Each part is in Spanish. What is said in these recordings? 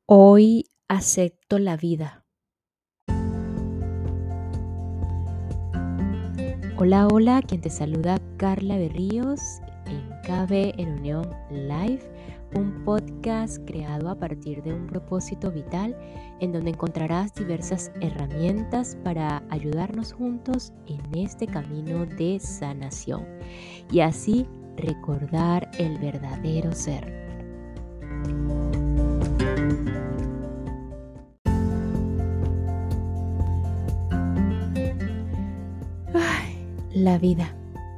Hoy acepto la vida. Hola, hola, quien te saluda Carla Berríos en KB en Unión Live, un podcast creado a partir de un propósito vital en donde encontrarás diversas herramientas para ayudarnos juntos en este camino de sanación y así recordar el verdadero ser. La vida.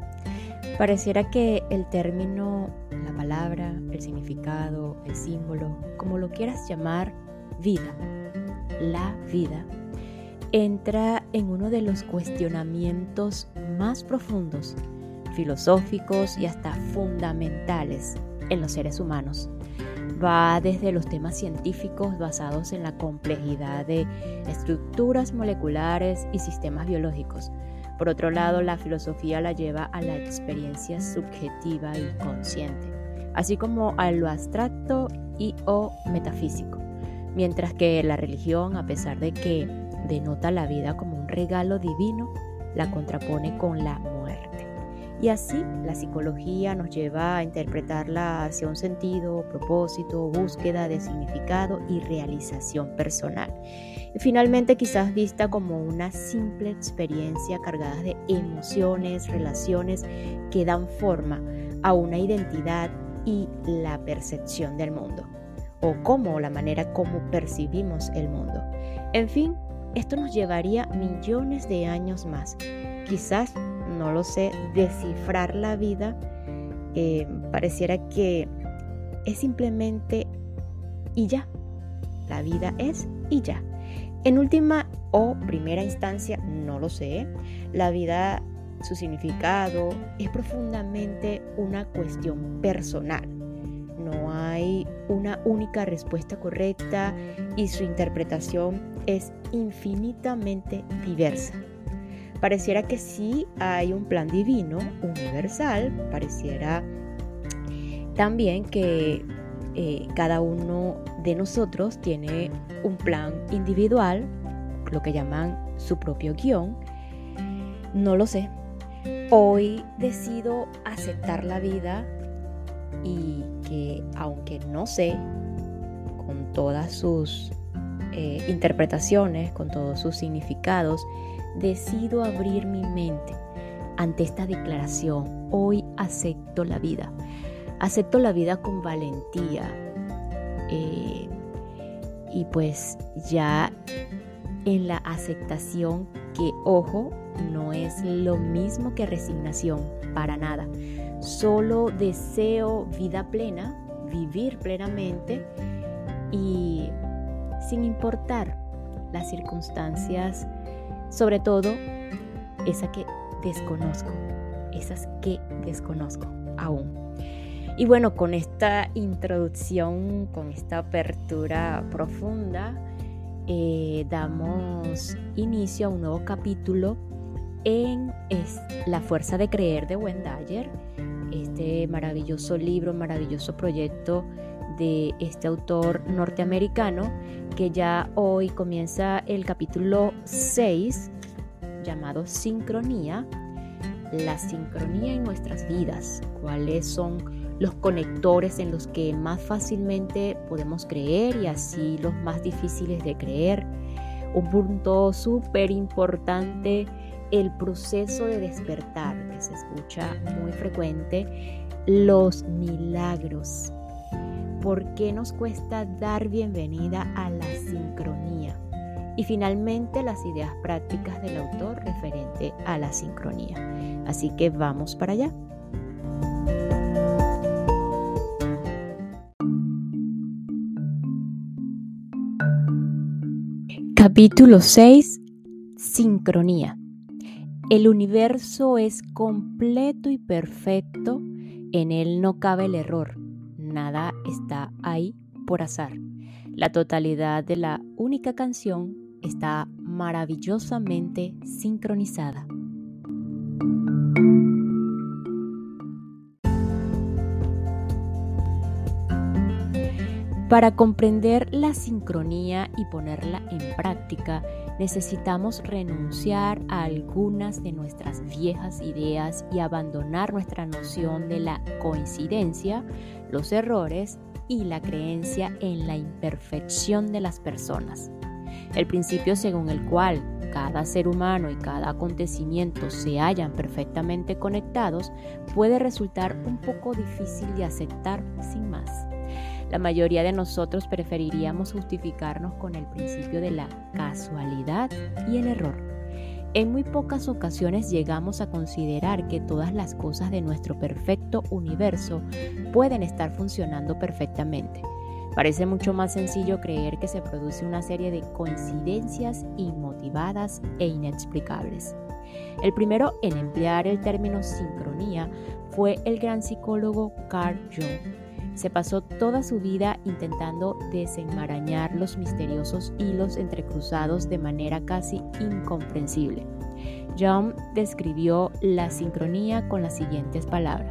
Pareciera que el término, la palabra, el significado, el símbolo, como lo quieras llamar, vida, la vida, entra en uno de los cuestionamientos más profundos, filosóficos y hasta fundamentales en los seres humanos. Va desde los temas científicos basados en la complejidad de estructuras moleculares y sistemas biológicos. Por otro lado, la filosofía la lleva a la experiencia subjetiva y consciente, así como a lo abstracto y o metafísico, mientras que la religión, a pesar de que denota la vida como un regalo divino, la contrapone con la muerte. Y así la psicología nos lleva a interpretarla hacia un sentido, propósito, búsqueda de significado y realización personal. Y finalmente quizás vista como una simple experiencia cargada de emociones, relaciones que dan forma a una identidad y la percepción del mundo, o como la manera como percibimos el mundo. En fin, esto nos llevaría millones de años más. Quizás, no lo sé, descifrar la vida pareciera que es simplemente y ya. La vida es y ya. En última o primera instancia, no lo sé, la vida, su significado es profundamente una cuestión personal. No hay una única respuesta correcta y su interpretación es infinitamente diversa. Pareciera que sí hay un plan divino, universal, pareciera también que cada uno de nosotros tiene un plan individual, lo que llaman su propio guión. No lo sé. Hoy decido aceptar la vida y que, aunque no sé, con todas sus interpretaciones, con todos sus significados, decido abrir mi mente ante esta declaración. Hoy acepto la vida. Acepto la vida con valentía y pues ya en la aceptación, que ojo, no es lo mismo que resignación, para nada. Solo deseo vida plena, vivir plenamente y sin importar las circunstancias, sobre todo esas que desconozco aún. Y bueno, con esta introducción, con esta apertura profunda, damos inicio a un nuevo capítulo en La fuerza de creer de Wayne Dyer, este maravilloso libro, maravilloso proyecto de este autor norteamericano, que ya hoy comienza el capítulo 6, llamado Sincronía. La sincronía en nuestras vidas, cuáles son los conectores en los que más fácilmente podemos creer y así los más difíciles de creer. Un punto súper importante, el proceso de despertar, que se escucha muy frecuente, los milagros. ¿Por qué nos cuesta dar bienvenida a la sincronía? Y finalmente las ideas prácticas del autor referente a la sincronía. Así que vamos para allá. Capítulo 6. Sincronía. El universo es completo y perfecto, en él no cabe el error, nada está ahí por azar. La totalidad de la única canción está maravillosamente sincronizada. Para comprender la sincronía y ponerla en práctica, necesitamos renunciar a algunas de nuestras viejas ideas y abandonar nuestra noción de la coincidencia, los errores y la creencia en la imperfección de las personas. El principio según el cual cada ser humano y cada acontecimiento se hallan perfectamente conectados puede resultar un poco difícil de aceptar sin más. La mayoría de nosotros preferiríamos justificarnos con el principio de la casualidad y el error. En muy pocas ocasiones llegamos a considerar que todas las cosas de nuestro perfecto universo pueden estar funcionando perfectamente. Parece mucho más sencillo creer que se produce una serie de coincidencias inmotivadas e inexplicables. El primero en emplear el término sincronía fue el gran psicólogo Carl Jung. Se pasó toda su vida intentando desenmarañar los misteriosos hilos entrecruzados de manera casi incomprensible. Jung describió la sincronía con las siguientes palabras: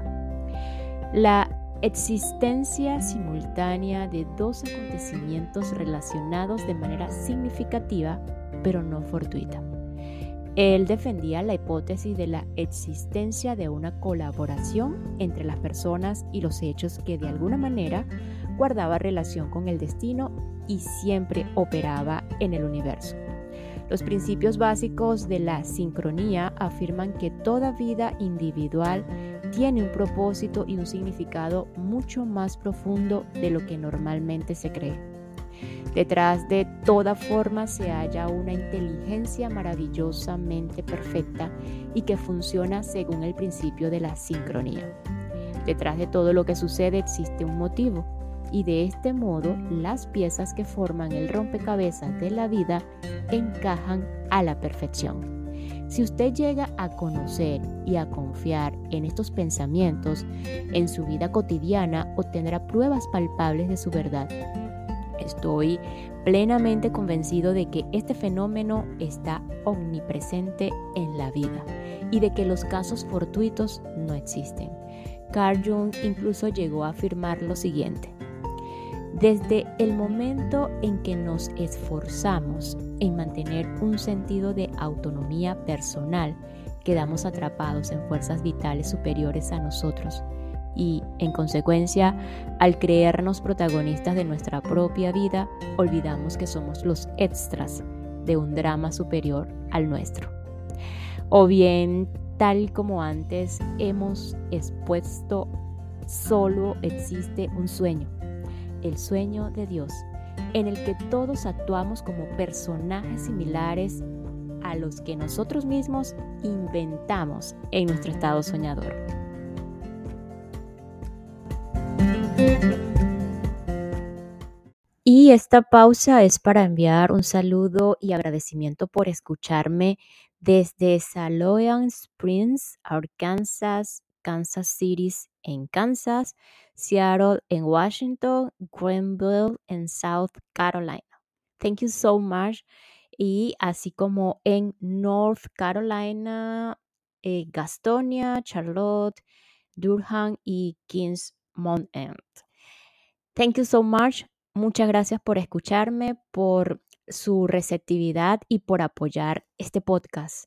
la existencia simultánea de dos acontecimientos relacionados de manera significativa, pero no fortuita. Él defendía la hipótesis de la existencia de una colaboración entre las personas y los hechos que de alguna manera guardaba relación con el destino y siempre operaba en el universo. Los principios básicos de la sincronía afirman que toda vida individual tiene un propósito y un significado mucho más profundo de lo que normalmente se cree. Detrás de toda forma se halla una inteligencia maravillosamente perfecta y que funciona según el principio de la sincronía. Detrás de todo lo que sucede existe un motivo, y de este modo las piezas que forman el rompecabezas de la vida encajan a la perfección. Si usted llega a conocer y a confiar en estos pensamientos, en su vida cotidiana obtendrá pruebas palpables de su verdad. Estoy plenamente convencido de que este fenómeno está omnipresente en la vida y de que los casos fortuitos no existen. Carl Jung incluso llegó a afirmar lo siguiente: desde el momento en que nos esforzamos en mantener un sentido de autonomía personal, quedamos atrapados en fuerzas vitales superiores a nosotros. Y, en consecuencia, al creernos protagonistas de nuestra propia vida, olvidamos que somos los extras de un drama superior al nuestro. O bien, tal como antes hemos expuesto, solo existe un sueño, el sueño de Dios, en el que todos actuamos como personajes similares a los que nosotros mismos inventamos en nuestro estado soñador. Y esta pausa es para enviar un saludo y agradecimiento por escucharme desde Siloam Springs, Arkansas, Kansas City en Kansas, Seattle en Washington, Greenville en South Carolina. Thank you so much. Y así como en North Carolina, Gastonia, Charlotte, Durham y Kings Mountain. Thank you so much. Muchas gracias por escucharme, por su receptividad y por apoyar este podcast.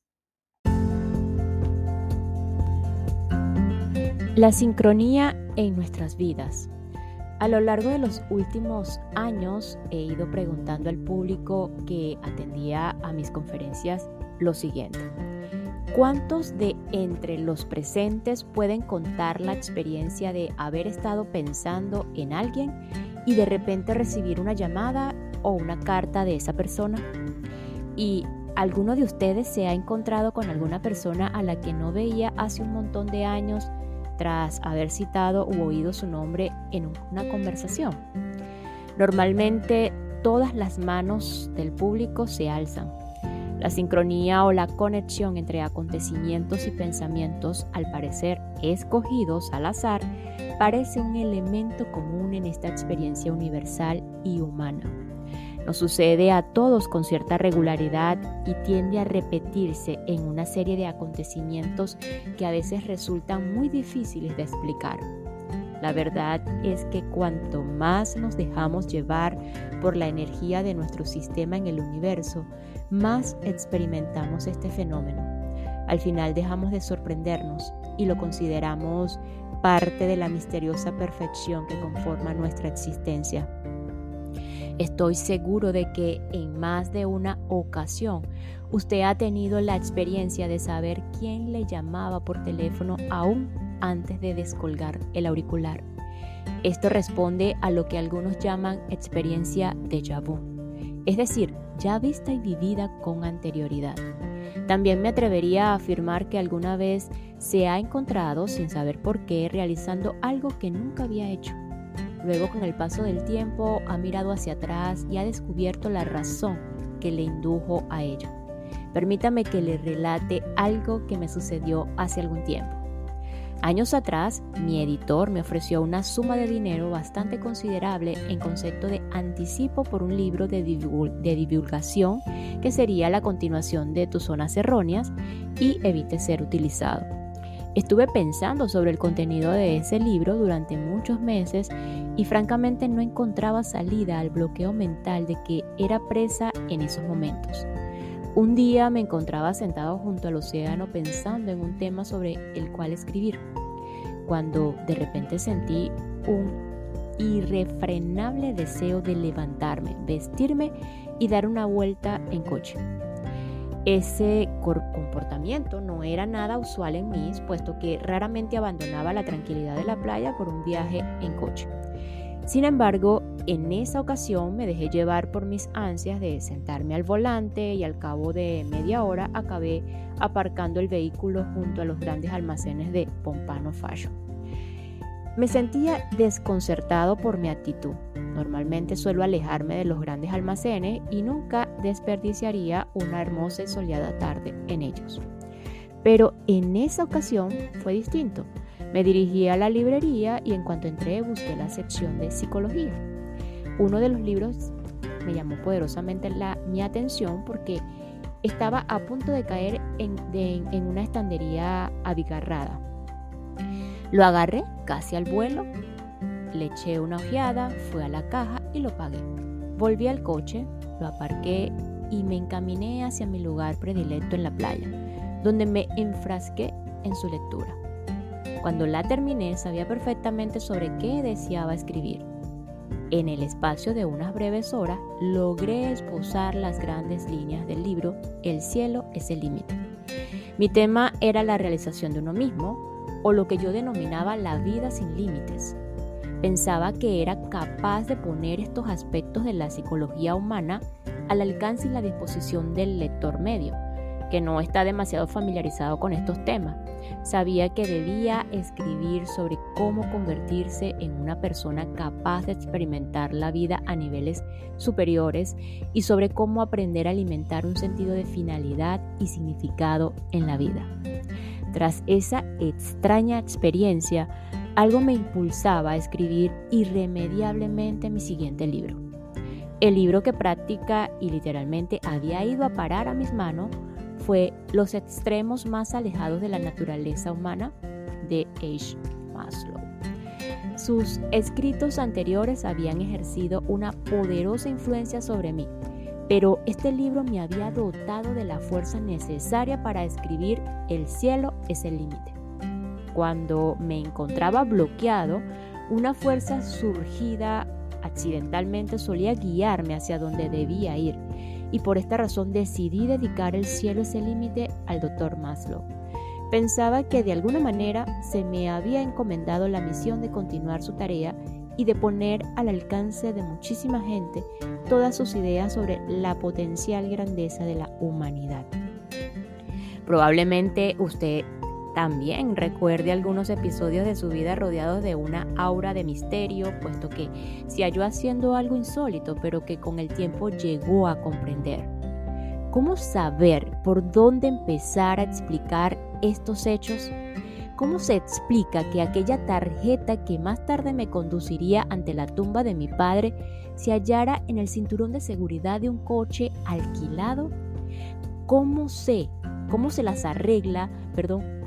La sincronía en nuestras vidas. A lo largo de los últimos años he ido preguntando al público que atendía a mis conferencias lo siguiente: ¿cuántos de entre los presentes pueden contar la experiencia de haber estado pensando en alguien y de repente recibir una llamada o una carta de esa persona? ¿Y alguno de ustedes se ha encontrado con alguna persona a la que no veía hace un montón de años tras haber citado u oído su nombre en una conversación? Normalmente todas las manos del público se alzan. La sincronía o la conexión entre acontecimientos y pensamientos, al parecer escogidos al azar, parece un elemento común en esta experiencia universal y humana. Nos sucede a todos con cierta regularidad y tiende a repetirse en una serie de acontecimientos que a veces resultan muy difíciles de explicar. La verdad es que cuanto más nos dejamos llevar por la energía de nuestro sistema en el universo, más experimentamos este fenómeno. Al final dejamos de sorprendernos y lo consideramos parte de la misteriosa perfección que conforma nuestra existencia. Estoy seguro de que en más de una ocasión usted ha tenido la experiencia de saber quién le llamaba por teléfono aún antes de descolgar el auricular. Esto responde a lo que algunos llaman experiencia déjà vu, es decir, ya vista y vivida con anterioridad. También me atrevería a afirmar que alguna vez se ha encontrado, sin saber por qué, realizando algo que nunca había hecho. Luego, con el paso del tiempo, ha mirado hacia atrás y ha descubierto la razón que le indujo a ello. Permítame que le relate algo que me sucedió hace algún tiempo. Años atrás, mi editor me ofreció una suma de dinero bastante considerable en concepto de anticipo por un libro de divulgación que sería la continuación de Tus zonas erróneas y Evite ser utilizado. Estuve pensando sobre el contenido de ese libro durante muchos meses y francamente no encontraba salida al bloqueo mental de que era presa en esos momentos. Un día me encontraba sentado junto al océano pensando en un tema sobre el cual escribir, cuando de repente sentí un irrefrenable deseo de levantarme, vestirme y dar una vuelta en coche. Ese comportamiento no era nada usual en mí, puesto que raramente abandonaba la tranquilidad de la playa por un viaje en coche. Sin embargo, en esa ocasión me dejé llevar por mis ansias de sentarme al volante y al cabo de media hora acabé aparcando el vehículo junto a los grandes almacenes de Pompano Fashion. Me sentía desconcertado por mi actitud. Normalmente suelo alejarme de los grandes almacenes y nunca desperdiciaría una hermosa y soleada tarde en ellos. Pero en esa ocasión fue distinto. Me dirigí a la librería y en cuanto entré busqué la sección de psicología. Uno de los libros me llamó poderosamente mi atención porque estaba a punto de caer en una estantería abigarrada. Lo agarré casi al vuelo, le eché una ojeada, fui a la caja y lo pagué. Volví al coche, lo aparqué y me encaminé hacia mi lugar predilecto en la playa, donde me enfrasqué en su lectura. Cuando la terminé, sabía perfectamente sobre qué deseaba escribir. En el espacio de unas breves horas, logré esbozar las grandes líneas del libro El cielo es el límite. Mi tema era la realización de uno mismo, o lo que yo denominaba la vida sin límites. Pensaba que era capaz de poner estos aspectos de la psicología humana al alcance y la disposición del lector medio, que no está demasiado familiarizado con estos temas. Sabía que debía escribir sobre cómo convertirse en una persona capaz de experimentar la vida a niveles superiores y sobre cómo aprender a alimentar un sentido de finalidad y significado en la vida. Tras esa extraña experiencia, algo me impulsaba a escribir irremediablemente mi siguiente libro. El libro que práctica y literalmente había ido a parar a mis manos fue Los extremos más alejados de la naturaleza humana, de H. Maslow. Sus escritos anteriores habían ejercido una poderosa influencia sobre mí, pero este libro me había dotado de la fuerza necesaria para escribir El cielo es el límite. Cuando me encontraba bloqueado, una fuerza surgida accidentalmente solía guiarme hacia donde debía ir, y por esta razón decidí dedicar El cielo es el límite al Dr. Maslow. Pensaba que de alguna manera se me había encomendado la misión de continuar su tarea y de poner al alcance de muchísima gente todas sus ideas sobre la potencial grandeza de la humanidad. Probablemente usted también recuerde algunos episodios de su vida rodeados de una aura de misterio, puesto que se halló haciendo algo insólito, pero que con el tiempo llegó a comprender. ¿Cómo saber por dónde empezar a explicar estos hechos? ¿Cómo se explica que aquella tarjeta que más tarde me conduciría ante la tumba de mi padre se hallara en el cinturón de seguridad de un coche alquilado? ¿Cómo se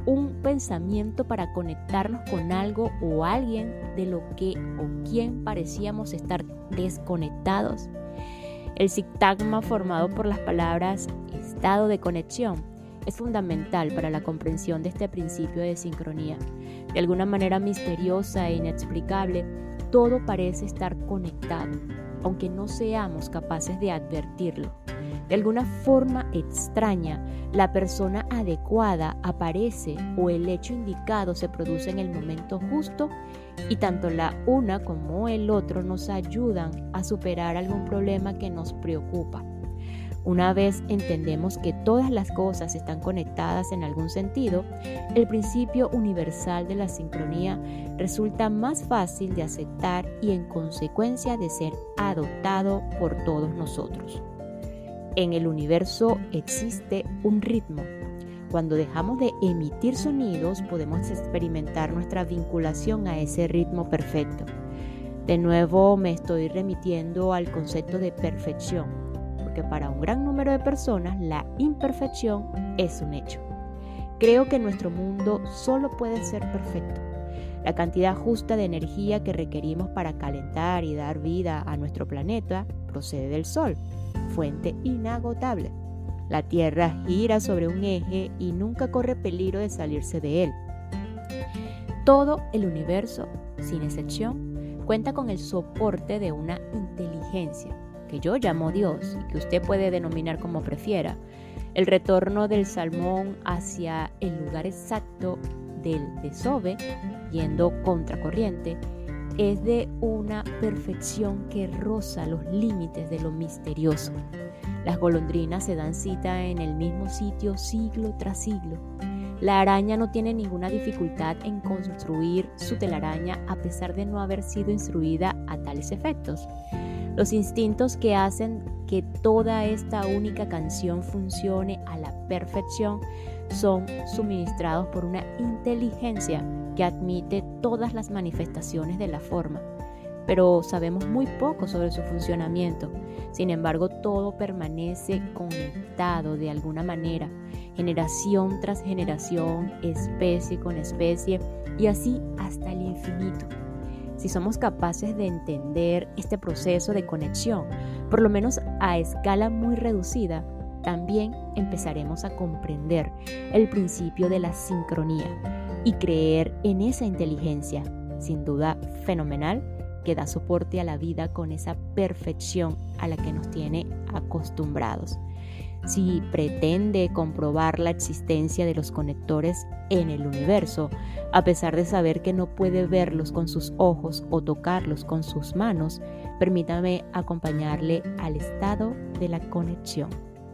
un pensamiento para conectarnos con algo o alguien de lo que o quien parecíamos estar desconectados. El sintagma formado por las palabras estado de conexión es fundamental para la comprensión de este principio de sincronía. De alguna manera misteriosa e inexplicable, todo parece estar conectado, aunque no seamos capaces de advertirlo. De alguna forma extraña, la persona adecuada aparece o el hecho indicado se produce en el momento justo y tanto la una como el otro nos ayudan a superar algún problema que nos preocupa. Una vez entendemos que todas las cosas están conectadas en algún sentido, el principio universal de la sincronía resulta más fácil de aceptar y en consecuencia de ser adoptado por todos nosotros. En el universo existe un ritmo. Cuando dejamos de emitir sonidos, podemos experimentar nuestra vinculación a ese ritmo perfecto. De nuevo me estoy remitiendo al concepto de perfección, porque para un gran número de personas la imperfección es un hecho. Creo que nuestro mundo solo puede ser perfecto. La cantidad justa de energía que requerimos para calentar y dar vida a nuestro planeta procede del Sol, fuente inagotable. La Tierra gira sobre un eje y nunca corre peligro de salirse de él. Todo el universo, sin excepción, cuenta con el soporte de una inteligencia, que yo llamo Dios y que usted puede denominar como prefiera. El retorno del salmón hacia el lugar exacto del desove, yendo contracorriente, es de una perfección que roza los límites de lo misterioso. Las golondrinas se dan cita en el mismo sitio siglo tras siglo. La araña no tiene ninguna dificultad en construir su telaraña a pesar de no haber sido instruida a tales efectos. Los instintos que hacen que toda esta única canción funcione a la perfección son suministrados por una inteligencia que admite todas las manifestaciones de la forma, pero sabemos muy poco sobre su funcionamiento. Sin embargo, todo permanece conectado de alguna manera, generación tras generación, especie con especie, y así hasta el infinito. Si somos capaces de entender este proceso de conexión, por lo menos a escala muy reducida, también empezaremos a comprender el principio de la sincronía y creer en esa inteligencia, sin duda fenomenal, que da soporte a la vida con esa perfección a la que nos tiene acostumbrados. Si pretende comprobar la existencia de los conectores en el universo, a pesar de saber que no puede verlos con sus ojos o tocarlos con sus manos, permítame acompañarle al estado de la conexión.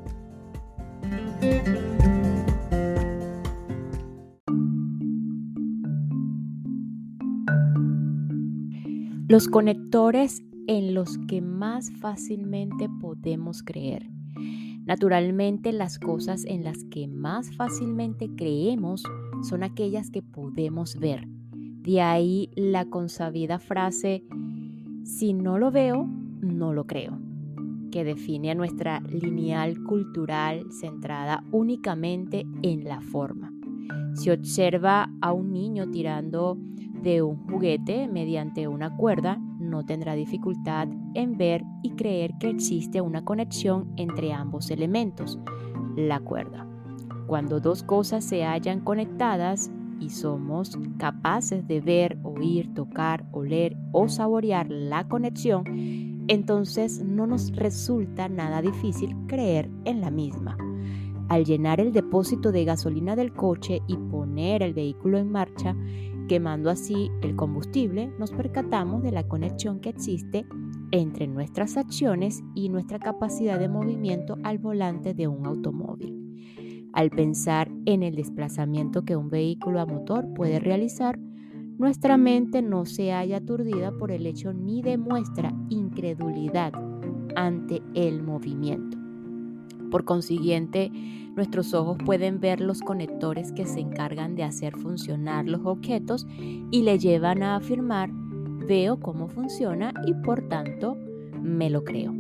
Los conectores en los que más fácilmente podemos creer. Naturalmente, las cosas en las que más fácilmente creemos son aquellas que podemos ver. De ahí la consabida frase, si no lo veo, no lo creo, que define a nuestra lineal cultural centrada únicamente en la forma. Si observa a un niño tirando de un juguete mediante una cuerda, no tendrá dificultad en ver y creer que existe una conexión entre ambos elementos, la cuerda. Cuando dos cosas se hallan conectadas y somos capaces de ver, oír, tocar, oler o saborear la conexión, entonces no nos resulta nada difícil creer en la misma. Al llenar el depósito de gasolina del coche y poner el vehículo en marcha, quemando así el combustible, nos percatamos de la conexión que existe entre nuestras acciones y nuestra capacidad de movimiento al volante de un automóvil. Al pensar en el desplazamiento que un vehículo a motor puede realizar, nuestra mente no se halla aturdida por el hecho ni demuestra incredulidad ante el movimiento. Por consiguiente, nuestros ojos pueden ver los conectores que se encargan de hacer funcionar los objetos y le llevan a afirmar, veo cómo funciona y por tanto me lo creo.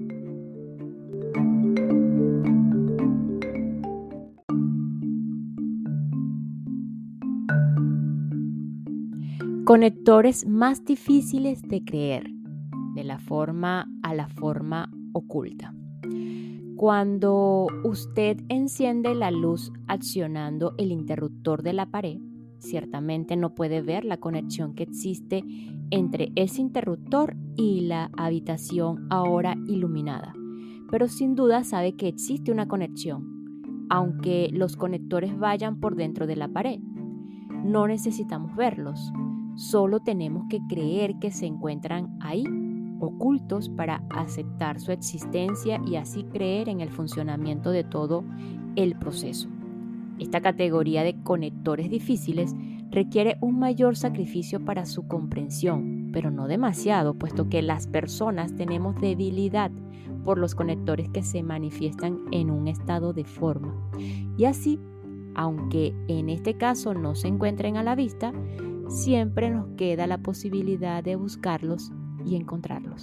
Conectores más difíciles de creer, de la forma a la forma oculta. Cuando usted enciende la luz accionando el interruptor de la pared, ciertamente no puede ver la conexión que existe entre ese interruptor y la habitación ahora iluminada, pero sin duda sabe que existe una conexión, aunque los conectores vayan por dentro de la pared. No necesitamos verlos, solo tenemos que creer que se encuentran ahí, ocultos, para aceptar su existencia y así creer en el funcionamiento de todo el proceso. Esta categoría de conectores difíciles requiere un mayor sacrificio para su comprensión, pero no demasiado, puesto que las personas tenemos debilidad por los conectores que se manifiestan en un estado de forma. Y así, aunque en este caso no se encuentren a la vista, siempre nos queda la posibilidad de buscarlos y encontrarlos.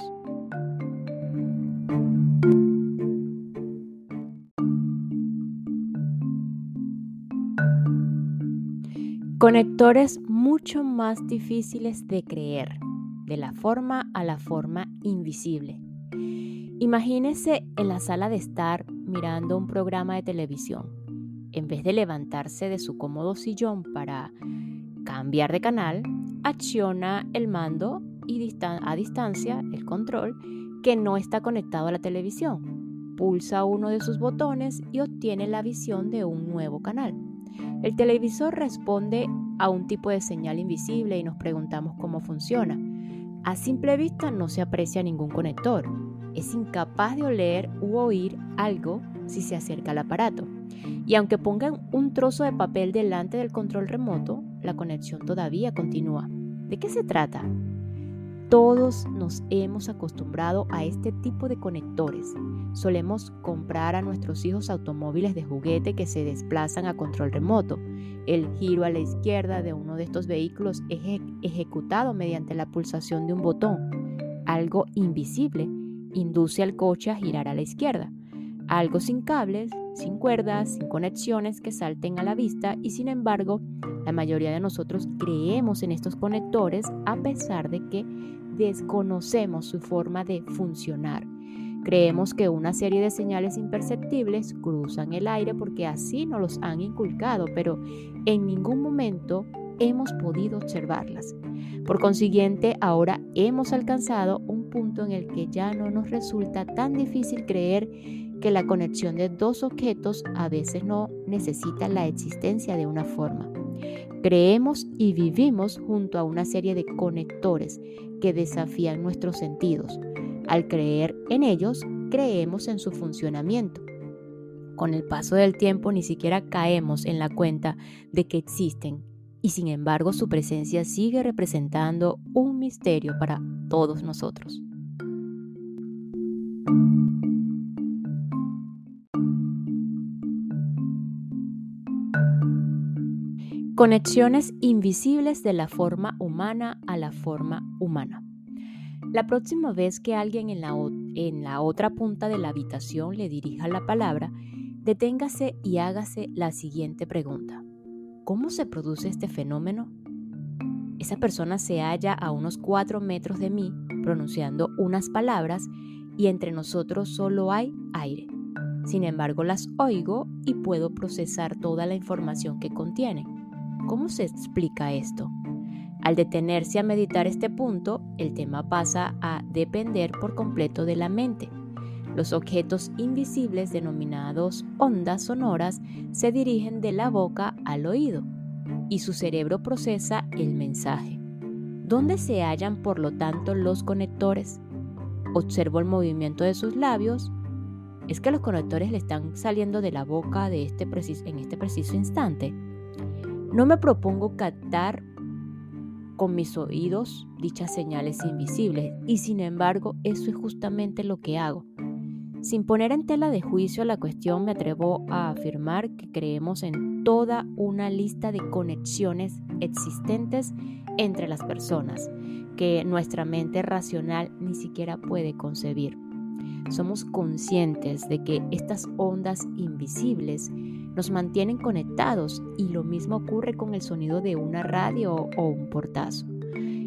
Conectores mucho más difíciles de creer, de la forma a la forma invisible. Imagínese en la sala de estar mirando un programa de televisión. En vez de levantarse de su cómodo sillón para cambiar de canal, acciona el mando y a distancia el control que no está conectado a la televisión. Pulsa uno de sus botones y obtiene la visión de un nuevo canal. El televisor responde a un tipo de señal invisible y nos preguntamos cómo funciona. A simple vista no se aprecia ningún conector. Es incapaz de oler u oír algo si se acerca al aparato. Y aunque pongan un trozo de papel delante del control remoto, la conexión todavía continúa. ¿De qué se trata? Todos nos hemos acostumbrado a este tipo de conectores. Solemos comprar a nuestros hijos automóviles de juguete que se desplazan a control remoto. El giro a la izquierda de uno de estos vehículos es ejecutado mediante la pulsación de un botón. Algo invisible induce al coche a girar a la izquierda. Algo sin cables, sin cuerdas, sin conexiones que salten a la vista, y sin embargo, la mayoría de nosotros creemos en estos conectores a pesar de que desconocemos su forma de funcionar. Creemos que una serie de señales imperceptibles cruzan el aire porque así nos los han inculcado, pero en ningún momento hemos podido observarlas. Por consiguiente, ahora hemos alcanzado un punto en el que ya no nos resulta tan difícil creer que la conexión de dos objetos a veces no necesita la existencia de una forma. Creemos y vivimos junto a una serie de conectores que desafían nuestros sentidos. Al creer en ellos, creemos en su funcionamiento. Con el paso del tiempo ni siquiera caemos en la cuenta de que existen, y sin embargo su presencia sigue representando un misterio para todos nosotros. Conexiones invisibles de la forma humana a la forma humana. La próxima vez que alguien en la otra punta de la habitación le dirija la palabra, deténgase y hágase la siguiente pregunta. ¿Cómo se produce este fenómeno? Esa persona se halla a unos 4 metros de mí, pronunciando unas palabras, y entre nosotros solo hay aire. Sin embargo, las oigo y puedo procesar toda la información que contienen. ¿Cómo se explica esto? Al detenerse a meditar este punto, el tema pasa a depender por completo de la mente. Los objetos invisibles denominados ondas sonoras se dirigen de la boca al oído y su cerebro procesa el mensaje. ¿Dónde se hallan, por lo tanto, los conectores? Observo el movimiento de sus labios. ¿Es que los conectores le están saliendo de la boca en este preciso instante? No me propongo captar con mis oídos dichas señales invisibles, y sin embargo eso es justamente lo que hago. Sin poner en tela de juicio la cuestión, me atrevo a afirmar que creemos en toda una lista de conexiones existentes entre las personas que nuestra mente racional ni siquiera puede concebir. Somos conscientes de que estas ondas invisibles nos mantienen conectados, y lo mismo ocurre con el sonido de una radio o un portazo.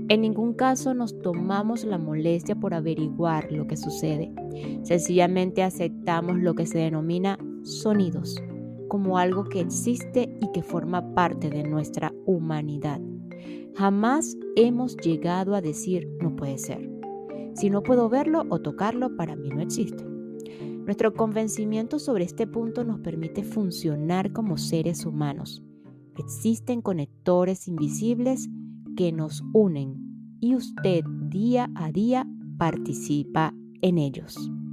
En ningún caso nos tomamos la molestia por averiguar lo que sucede. Sencillamente aceptamos lo que se denomina sonidos como algo que existe y que forma parte de nuestra humanidad. Jamás hemos llegado a decir no puede ser. Si no puedo verlo o tocarlo, para mí no existe. Nuestro convencimiento sobre este punto nos permite funcionar como seres humanos. Existen conectores invisibles que nos unen y usted día a día participa en ellos.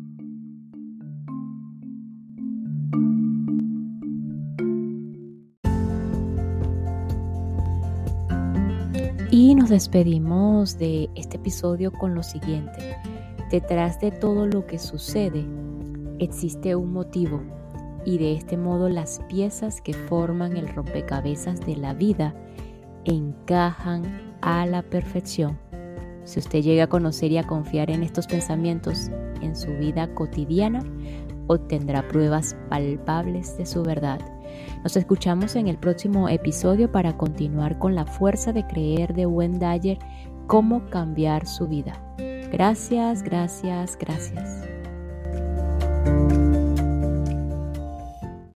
Y nos despedimos de este episodio con lo siguiente. Detrás de todo lo que sucede existe un motivo y de este modo las piezas que forman el rompecabezas de la vida encajan a la perfección. Si usted llega a conocer y a confiar en estos pensamientos en su vida cotidiana, obtendrá pruebas palpables de su verdad. Nos escuchamos en el próximo episodio para continuar con la fuerza de creer de Wayne Dyer, cómo cambiar su vida. Gracias, gracias, gracias.